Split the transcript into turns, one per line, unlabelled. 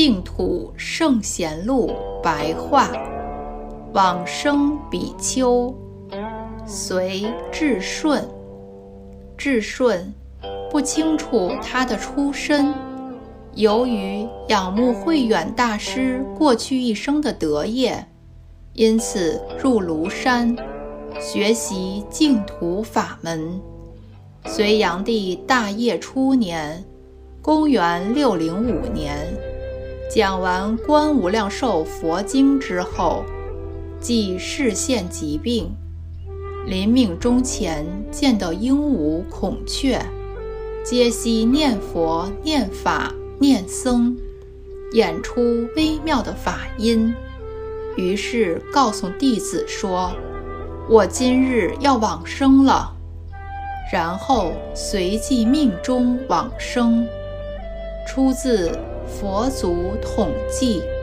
净土圣贤录白话，往生比丘，随智顺。智顺不清楚他的出身，由于仰慕慧远大师过去一生的德业，因此入庐山学习净土法门。隋炀帝大业初年，公元605年，讲完《观无量寿佛经》之后，即视线疾病，临命终前见到鹦鹉、孔雀，皆悉念佛、念法、念僧，演出微妙的法音。于是告诉弟子说：“我今日要往生了。”然后随即命中往生。出自《佛祖统记》。